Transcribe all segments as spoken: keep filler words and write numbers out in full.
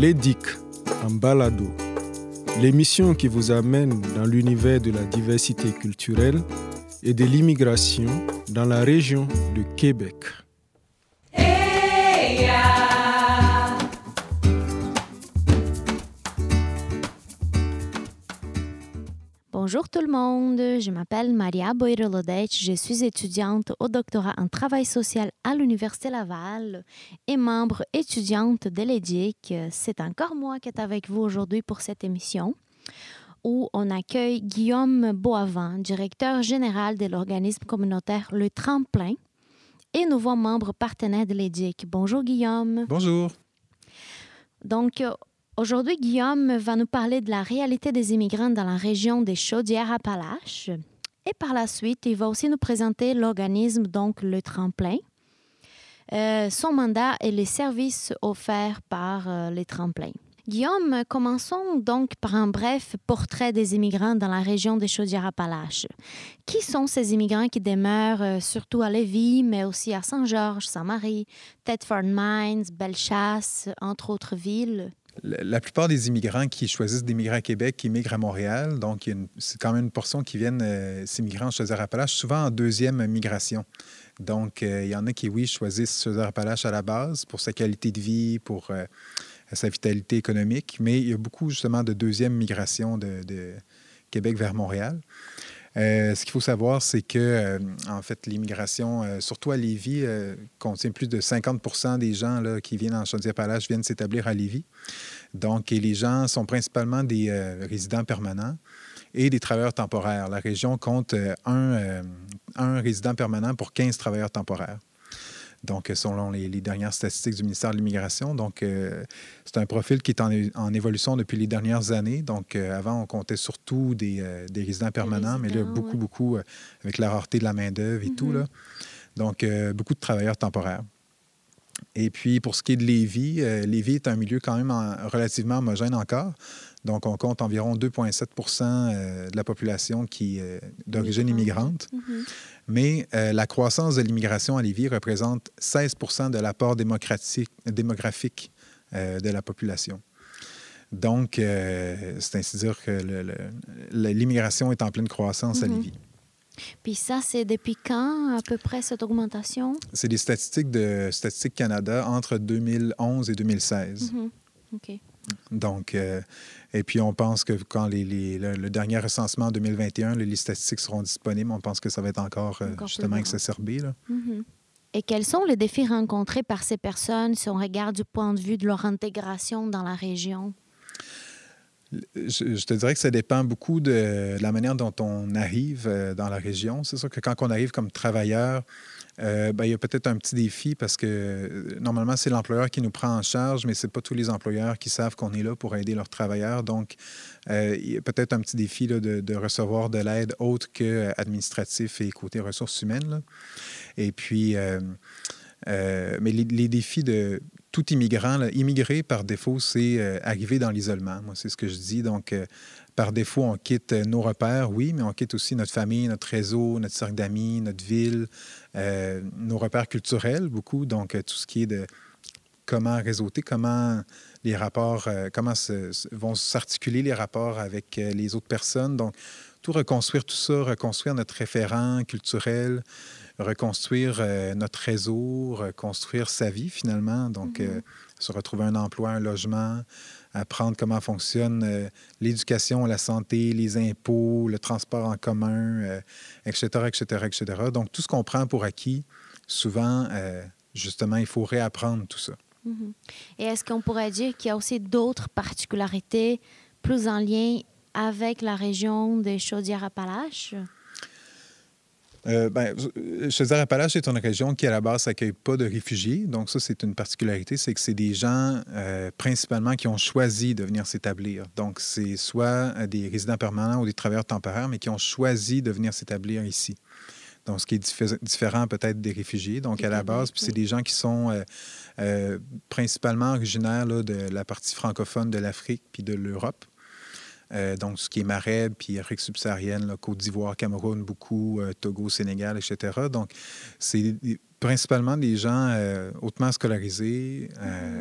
l'E D I C en balado, l'émission qui vous amène dans l'univers de la diversité culturelle et de l'immigration dans la région de Québec. Hey, yeah. Bonjour tout le monde, je m'appelle Maria Boirolodec, je suis étudiante au doctorat en travail social à l'Université Laval et membre étudiante de l'E D I C. C'est encore moi qui est avec vous aujourd'hui pour cette émission où on accueille Guillaume Boivin, directeur général de l'organisme communautaire Le Tremplin et nouveau membre partenaire de l'E D I C. Bonjour Guillaume. Bonjour. Donc, aujourd'hui, Guillaume va nous parler de la réalité des immigrants dans la région des Chaudières-Appalaches. Et par la suite, il va aussi nous présenter l'organisme, donc le Tremplin, euh, son mandat et les services offerts par euh, les Tremplins. Guillaume, commençons donc par un bref portrait des immigrants dans la région des Chaudières-Appalaches. Qui sont ces immigrants qui demeurent euh, surtout à Lévis, mais aussi à Saint-Georges, Saint-Marie, Thetford Mines, Bellechasse, entre autres villes? La plupart des immigrants qui choisissent d'immigrer à Québec, qui immigrent à Montréal, donc il y a une, c'est quand même une portion qui viennent euh, s'émigrer en Chaudière-Appalaches, souvent en deuxième migration. Donc, euh, il y en a qui, oui, choisissent Chaudière-Appalaches à la base pour sa qualité de vie, pour euh, sa vitalité économique, mais il y a beaucoup, justement, de deuxième migration de, de Québec vers Montréal. Euh, ce qu'il faut savoir, c'est que, euh, en fait, l'immigration, euh, surtout à Lévis, euh, contient plus de cinquante pour cent des gens là, qui viennent en Chaudière-Appalaches viennent s'établir à Lévis. Donc, et les gens sont principalement des euh, résidents permanents et des travailleurs temporaires. La région compte euh, un, euh, un résident permanent pour quinze travailleurs temporaires. Donc, selon les, les dernières statistiques du ministère de l'Immigration. Donc, euh, c'est un profil qui est en, en évolution depuis les dernières années. Donc, euh, avant, on comptait surtout des, euh, des résidents permanents, résidents, mais là, beaucoup, ouais. beaucoup, euh, avec la rareté de la main-d'œuvre et mm-hmm. tout, là. Donc, euh, beaucoup de travailleurs temporaires. Et puis, pour ce qui est de Lévis, euh, Lévis est un milieu quand même en, relativement homogène encore. Donc, on compte environ deux virgule sept pour cent de la population qui est d'origine immigrante. Mm-hmm. Mais euh, la croissance de l'immigration à Lévis représente seize pour cent de l'apport démographique euh, de la population. Donc, euh, c'est ainsi dire que le, le, l'immigration est en pleine croissance mm-hmm. à Lévis. Puis ça, c'est depuis quand, à peu près, cette augmentation? C'est des statistiques de Statistique Canada entre deux mille onze et deux mille seize. Mm-hmm. OK. Donc, euh, et puis on pense que quand les, les, le, le dernier recensement en deux mille vingt et un, les statistiques seront disponibles, on pense que ça va être encore, euh, encore justement exacerbé. Là. Mm-hmm. Et quels sont les défis rencontrés par ces personnes si on regarde du point de vue de leur intégration dans la région? Je, je te dirais que ça dépend beaucoup de la manière dont on arrive euh, dans la région. C'est sûr que quand on arrive comme travailleur, Euh, ben, il y a peut-être un petit défi parce que euh, normalement, c'est l'employeur qui nous prend en charge, mais ce n'est pas tous les employeurs qui savent qu'on est là pour aider leurs travailleurs. Donc, euh, il y a peut-être un petit défi là, de, de recevoir de l'aide autre qu'administratif et côté ressources humaines. Là. Et puis, euh, euh, mais les, les défis de tout immigrant, là, immigrer par défaut, c'est euh, arriver dans l'isolement. Moi, c'est ce que je dis. Donc, euh, par défaut, on quitte nos repères, oui, mais on quitte aussi notre famille, notre réseau, notre cercle d'amis, notre ville, euh, nos repères culturels, beaucoup. Donc, tout ce qui est de comment réseauter, comment les rapports, euh, comment se, vont s'articuler les rapports avec euh, les autres personnes. Donc, tout reconstruire tout ça, reconstruire notre référent culturel, reconstruire euh, notre réseau, reconstruire sa vie, finalement. Donc, mm-hmm. euh, se retrouver un emploi, un logement, apprendre comment fonctionne euh, l'éducation, la santé, les impôts, le transport en commun, euh, et cetera, et cetera, et cetera. Donc, tout ce qu'on prend pour acquis, souvent, euh, justement, il faut réapprendre tout ça. Mm-hmm. Et est-ce qu'on pourrait dire qu'il y a aussi d'autres particularités plus en lien avec la région des Chaudières-Appalaches? Euh, ben, Chaudière-Appalaches est une région qui, à la base, n'accueille pas de réfugiés. Donc, ça, c'est une particularité. C'est que c'est des gens, euh, principalement, qui ont choisi de venir s'établir. Donc, c'est soit des résidents permanents ou des travailleurs temporaires, mais qui ont choisi de venir s'établir ici. Donc, ce qui est diffé- différent peut-être des réfugiés. Donc, à la base, puis c'est des gens qui sont euh, euh, principalement originaires là, de la partie francophone de l'Afrique puis de l'Europe. Euh, donc, ce qui est Maghreb, puis Afrique subsaharienne, là, Côte d'Ivoire, Cameroun, beaucoup, euh, Togo, Sénégal, et cetera. Donc, c'est principalement des gens euh, hautement scolarisés. Euh,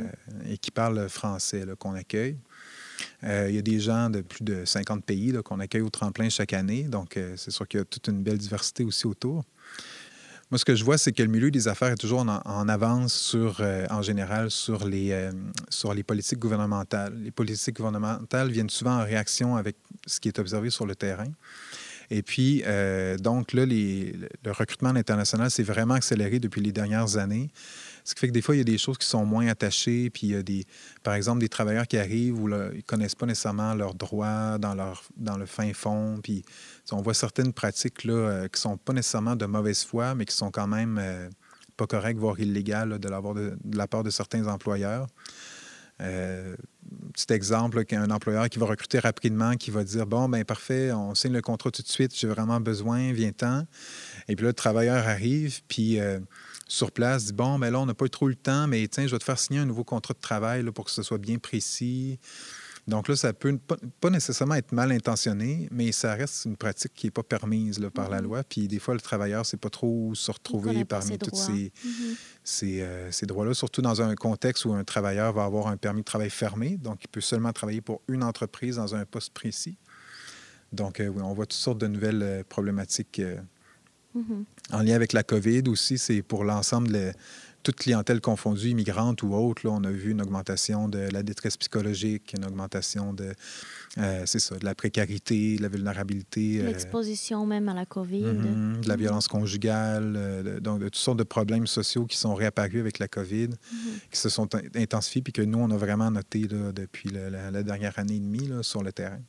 et qui parlent français là, qu'on accueille. Euh, il y a des gens de plus de cinquante pays là, qu'on accueille au tremplin chaque année. Donc, euh, c'est sûr qu'il y a toute une belle diversité aussi autour. Moi, ce que je vois, c'est que le milieu des affaires est toujours en, en avance, sur, euh, en général, sur les, euh, sur les politiques gouvernementales. Les politiques gouvernementales viennent souvent en réaction avec ce qui est observé sur le terrain. Et puis, euh, donc là, les, le recrutement à l'international s'est vraiment accéléré depuis les dernières années. Ce qui fait que des fois, il y a des choses qui sont moins attachées. Puis il y a, des, par exemple, des travailleurs qui arrivent où là, ils ne connaissent pas nécessairement leurs droits dans, leur, dans le fin fond. Puis on voit certaines pratiques là, euh, qui ne sont pas nécessairement de mauvaise foi, mais qui sont quand même euh, pas correctes, voire illégales là, de, la, de, de la part de certains employeurs. Euh, petit exemple, là, qu'un employeur qui va recruter rapidement, qui va dire « Bon, bien parfait, on signe le contrat tout de suite, j'ai vraiment besoin, viens-t'en. » Et puis là, le travailleur arrive, puis euh, sur place, dit « Bon, bien là, on n'a pas eu trop le temps, mais tiens, je vais te faire signer un nouveau contrat de travail là, pour que ce soit bien précis. » Donc là, ça peut pas, pas nécessairement être mal intentionné, mais ça reste une pratique qui n'est pas permise là, par mm-hmm. la loi. Puis des fois, le travailleur ne sait pas trop où se retrouver parmi tous ces, mm-hmm. ces, euh, ces droits-là, surtout dans un contexte où un travailleur va avoir un permis de travail fermé, donc il peut seulement travailler pour une entreprise dans un poste précis. Donc euh, oui, on voit toutes sortes de nouvelles euh, problématiques euh, mm-hmm. en lien avec la COVID aussi. C'est pour l'ensemble de toute clientèle confondue, immigrante ou autre, là, on a vu une augmentation de la détresse psychologique, une augmentation de, euh, c'est ça, de la précarité, de la vulnérabilité. L'exposition euh, même à la COVID. Mm-hmm, de la violence conjugale, euh, de, donc de toutes sortes de problèmes sociaux qui sont réapparus avec la COVID, mm-hmm. qui se sont intensifiés, puis que nous, on a vraiment noté là, depuis le, la, la dernière année et demie là, sur le terrain.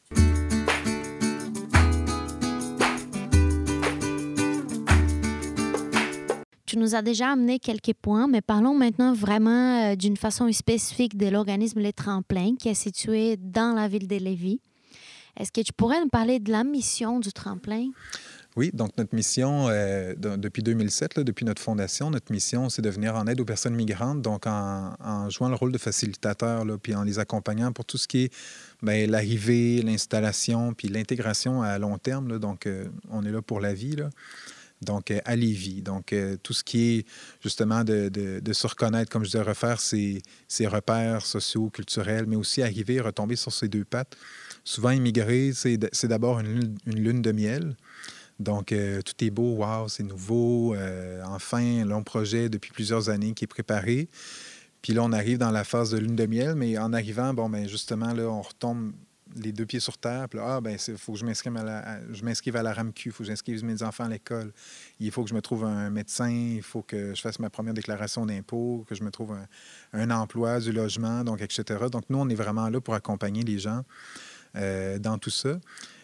Tu nous as déjà amené quelques points, mais parlons maintenant vraiment euh, d'une façon spécifique de l'organisme Les Tremplins, qui est situé dans la ville de Lévis. Est-ce que tu pourrais nous parler de la mission du Tremplin? Oui, donc notre mission, euh, de, depuis deux mille sept, là, depuis notre fondation, notre mission, c'est de venir en aide aux personnes migrantes, donc en, en jouant le rôle de facilitateur, là, puis en les accompagnant pour tout ce qui est bien, l'arrivée, l'installation, puis l'intégration à long terme. Là, donc, euh, on est là pour la vie, là. Donc, euh, à Lévis. Donc, euh, tout ce qui est, justement, de, de, de se reconnaître, comme je disais, refaire ses, ses repères sociaux, culturels, mais aussi arriver, retomber sur ses deux pattes. Souvent, immigrer, c'est, c'est d'abord une lune, une lune de miel. Donc, euh, tout est beau, wow, c'est nouveau. Euh, enfin, un long projet depuis plusieurs années qui est préparé. Puis là, on arrive dans la phase de lune de miel, mais en arrivant, bon, bien, justement, là, on retombe les deux pieds sur terre. Puis là, ah, bien, il faut que je m'inscrive à la, à, je m'inscrive à la RAMQ, il faut que j'inscrive mes enfants à l'école. Il faut que je me trouve un médecin, il faut que je fasse ma première déclaration d'impôt, que je me trouve un, un emploi, du logement, donc, et cetera. Donc, nous, on est vraiment là pour accompagner les gens euh, dans tout ça.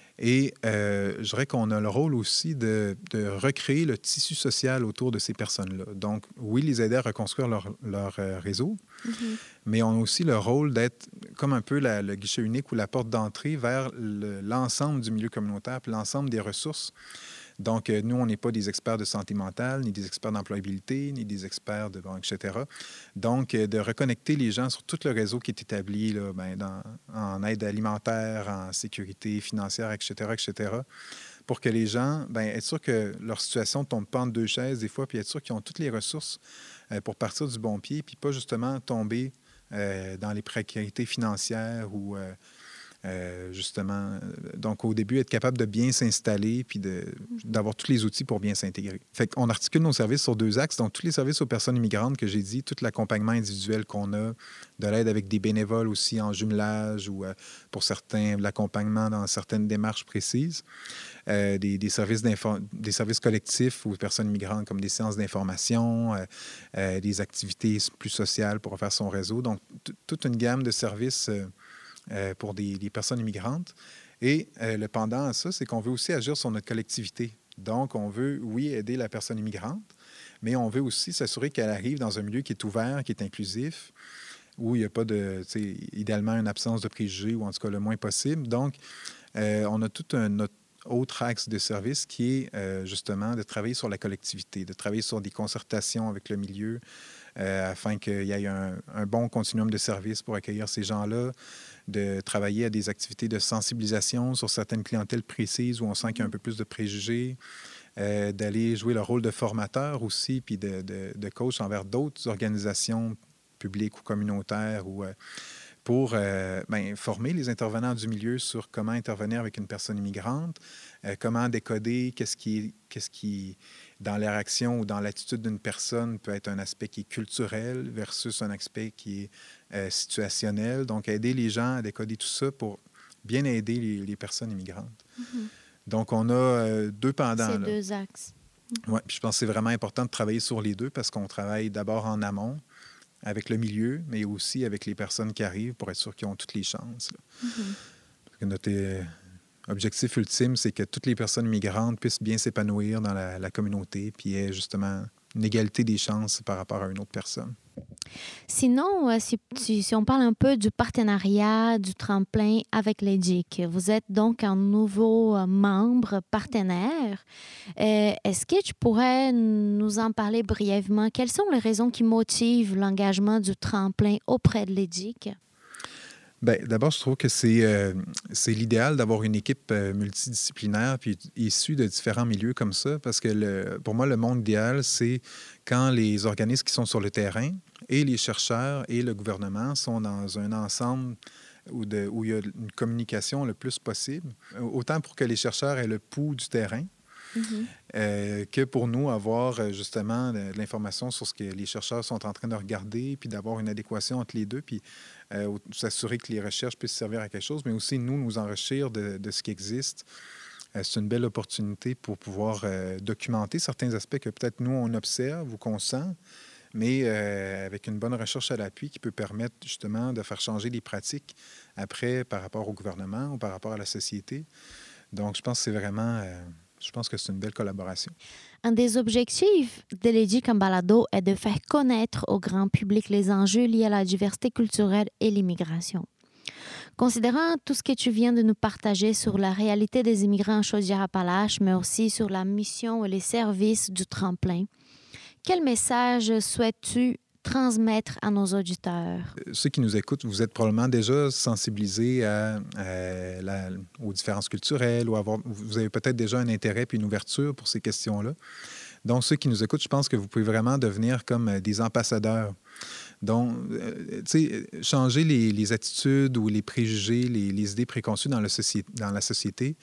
Et euh, je dirais qu'on a le rôle aussi de, de recréer le tissu social autour de ces personnes-là. Donc, oui, les aider à reconstruire leur, leur euh, réseau, mm-hmm. mais on a aussi le rôle d'être comme un peu la, le guichet unique ou la porte d'entrée vers le, l'ensemble du milieu communautaire puis l'ensemble des ressources. Donc, euh, nous, on n'est pas des experts de santé mentale, ni des experts d'employabilité, ni des experts de... Bon, et cetera. Donc, euh, de reconnecter les gens sur tout le réseau qui est établi là, ben, dans, en aide alimentaire, en sécurité financière, et cetera, et cetera, pour que les gens, ben, être sûr que leur situation ne tombe pas entre deux chaises des fois, puis être sûr qu'ils ont toutes les ressources euh, pour partir du bon pied, puis pas justement tomber euh, dans les précarités financières ou... Euh, Euh, justement, donc au début, être capable de bien s'installer puis de, d'avoir tous les outils pour bien s'intégrer. Fait qu'on articule nos services sur deux axes, donc tous les services aux personnes immigrantes que j'ai dit, tout l'accompagnement individuel qu'on a, de l'aide avec des bénévoles aussi en jumelage ou euh, pour certains, l'accompagnement dans certaines démarches précises, euh, des, des, services des services collectifs aux personnes immigrantes comme des séances d'information, euh, euh, des activités plus sociales pour faire son réseau, donc t- toute une gamme de services euh, Euh, pour des, des personnes immigrantes. Et euh, le pendant à ça, c'est qu'on veut aussi agir sur notre collectivité. Donc, on veut, oui, aider la personne immigrante, mais on veut aussi s'assurer qu'elle arrive dans un milieu qui est ouvert, qui est inclusif, où il n'y a pas de, tu sais, idéalement, une absence de préjugés, ou en tout cas le moins possible. Donc, euh, on a tout un notre autre axe de service qui est euh, justement de travailler sur la collectivité, de travailler sur des concertations avec le milieu, Euh, afin qu'il y ait un, un bon continuum de services pour accueillir ces gens-là, de travailler à des activités de sensibilisation sur certaines clientèles précises où on sent qu'il y a un peu plus de préjugés, euh, d'aller jouer le rôle de formateur aussi, puis de, de, de coach envers d'autres organisations public ou communautaire ou euh, pour euh, ben, former les intervenants du milieu sur comment intervenir avec une personne immigrante, euh, comment décoder qu'est-ce qui, qu'est-ce qui, dans leur action ou dans l'attitude d'une personne, peut être un aspect qui est culturel versus un aspect qui est euh, situationnel. Donc, aider les gens à décoder tout ça pour bien aider les, les personnes immigrantes. Mm-hmm. Donc, on a euh, deux pendants. Ces là. deux axes. Oui, puis je pense que c'est vraiment important de travailler sur les deux parce qu'on travaille d'abord en amont avec le milieu, mais aussi avec les personnes qui arrivent pour être sûr qu'ils ont toutes les chances. Mm-hmm. Parce que notre euh, objectif ultime, c'est que toutes les personnes migrantes puissent bien s'épanouir dans la, la communauté puis aient justement une égalité des chances par rapport à une autre personne. Sinon, euh, si, si, si on parle un peu du partenariat, du tremplin avec l'E D I C, vous êtes donc un nouveau euh, membre partenaire. Euh, est-ce que tu pourrais nous en parler brièvement? Quelles sont les raisons qui motivent l'engagement du tremplin auprès de l'E D I C? Bien, d'abord, je trouve que c'est, euh, c'est l'idéal d'avoir une équipe euh, multidisciplinaire puis issue de différents milieux comme ça, parce que le, pour moi, le monde idéal, c'est quand les organismes qui sont sur le terrain et les chercheurs et le gouvernement sont dans un ensemble où, de, où il y a une communication le plus possible, autant pour que les chercheurs aient le pouls du terrain, Mm-hmm. Euh, que pour nous, avoir justement de, de l'information sur ce que les chercheurs sont en train de regarder, puis d'avoir une adéquation entre les deux, puis euh, s'assurer que les recherches puissent servir à quelque chose, mais aussi nous, nous enrichir de, de ce qui existe. Euh, c'est une belle opportunité pour pouvoir euh, documenter certains aspects que peut-être nous, on observe ou qu'on sent, mais euh, avec une bonne recherche à l'appui qui peut permettre justement de faire changer les pratiques après par rapport au gouvernement ou par rapport à la société. Donc, je pense que c'est vraiment... Euh, Je pense que c'est une belle collaboration. Un des objectifs de l'E D I C en balado est de faire connaître au grand public les enjeux liés à la diversité culturelle et l'immigration. Considérant tout ce que tu viens de nous partager sur la réalité des immigrants en Chaudière-Appalaches, mais aussi sur la mission et les services du tremplin, quel message souhaites-tu transmettre à nos auditeurs? Ceux qui nous écoutent, vous êtes probablement déjà sensibilisés à, à la, aux différences culturelles ou avoir, vous avez peut-être déjà un intérêt puis une ouverture pour ces questions-là. Donc, ceux qui nous écoutent, je pense que vous pouvez vraiment devenir comme des ambassadeurs. Donc, euh, tu sais, changer les, les attitudes ou les préjugés, les, les idées préconçues dans, le soci- dans la société.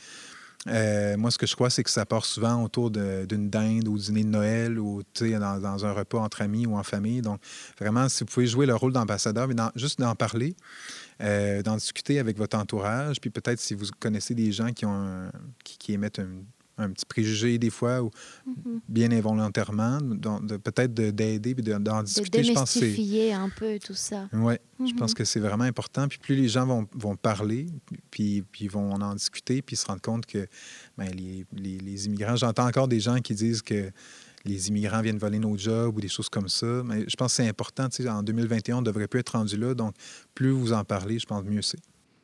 Euh, moi, ce que je crois, c'est que ça part souvent autour de, d'une dinde ou dîner de Noël ou dans, dans un repas entre amis ou en famille. Donc, vraiment, si vous pouvez jouer le rôle d'ambassadeur, mais dans, juste d'en parler, euh, d'en discuter avec votre entourage, puis peut-être si vous connaissez des gens qui, ont un, qui, qui émettent un, un petit préjugé des fois, ou mm-hmm. bien involontairement, de, de, peut-être de, d'aider et de, d'en discuter. De démystifier un peu tout ça. Oui, mm-hmm. je pense que c'est vraiment important. Puis plus les gens vont, vont parler, puis, puis vont en discuter, puis se rendre compte que bien, les, les, les immigrants... J'entends encore des gens qui disent que les immigrants viennent voler nos jobs ou des choses comme ça. Mais je pense que c'est important. Tu sais, en deux mille vingt et un, on ne devrait plus être rendu là. Donc, plus vous en parlez, je pense mieux c'est.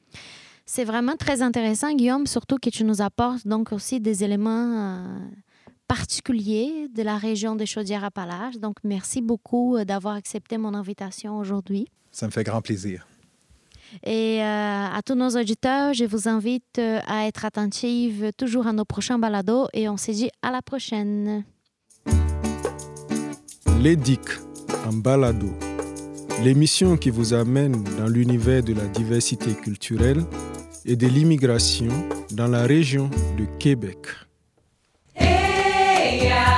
C'est vraiment très intéressant, Guillaume, surtout que tu nous apportes donc aussi des éléments euh, particuliers de la région des Chaudière-Appalaches. Donc, merci beaucoup d'avoir accepté mon invitation aujourd'hui. Ça me fait grand plaisir. Et euh, à tous nos auditeurs, je vous invite à être attentifs toujours à nos prochains balados et on se dit à la prochaine. L'E D I C en balado, l'émission qui vous amène dans l'univers de la diversité culturelle et de l'immigration dans la région de Québec. Hey, yeah.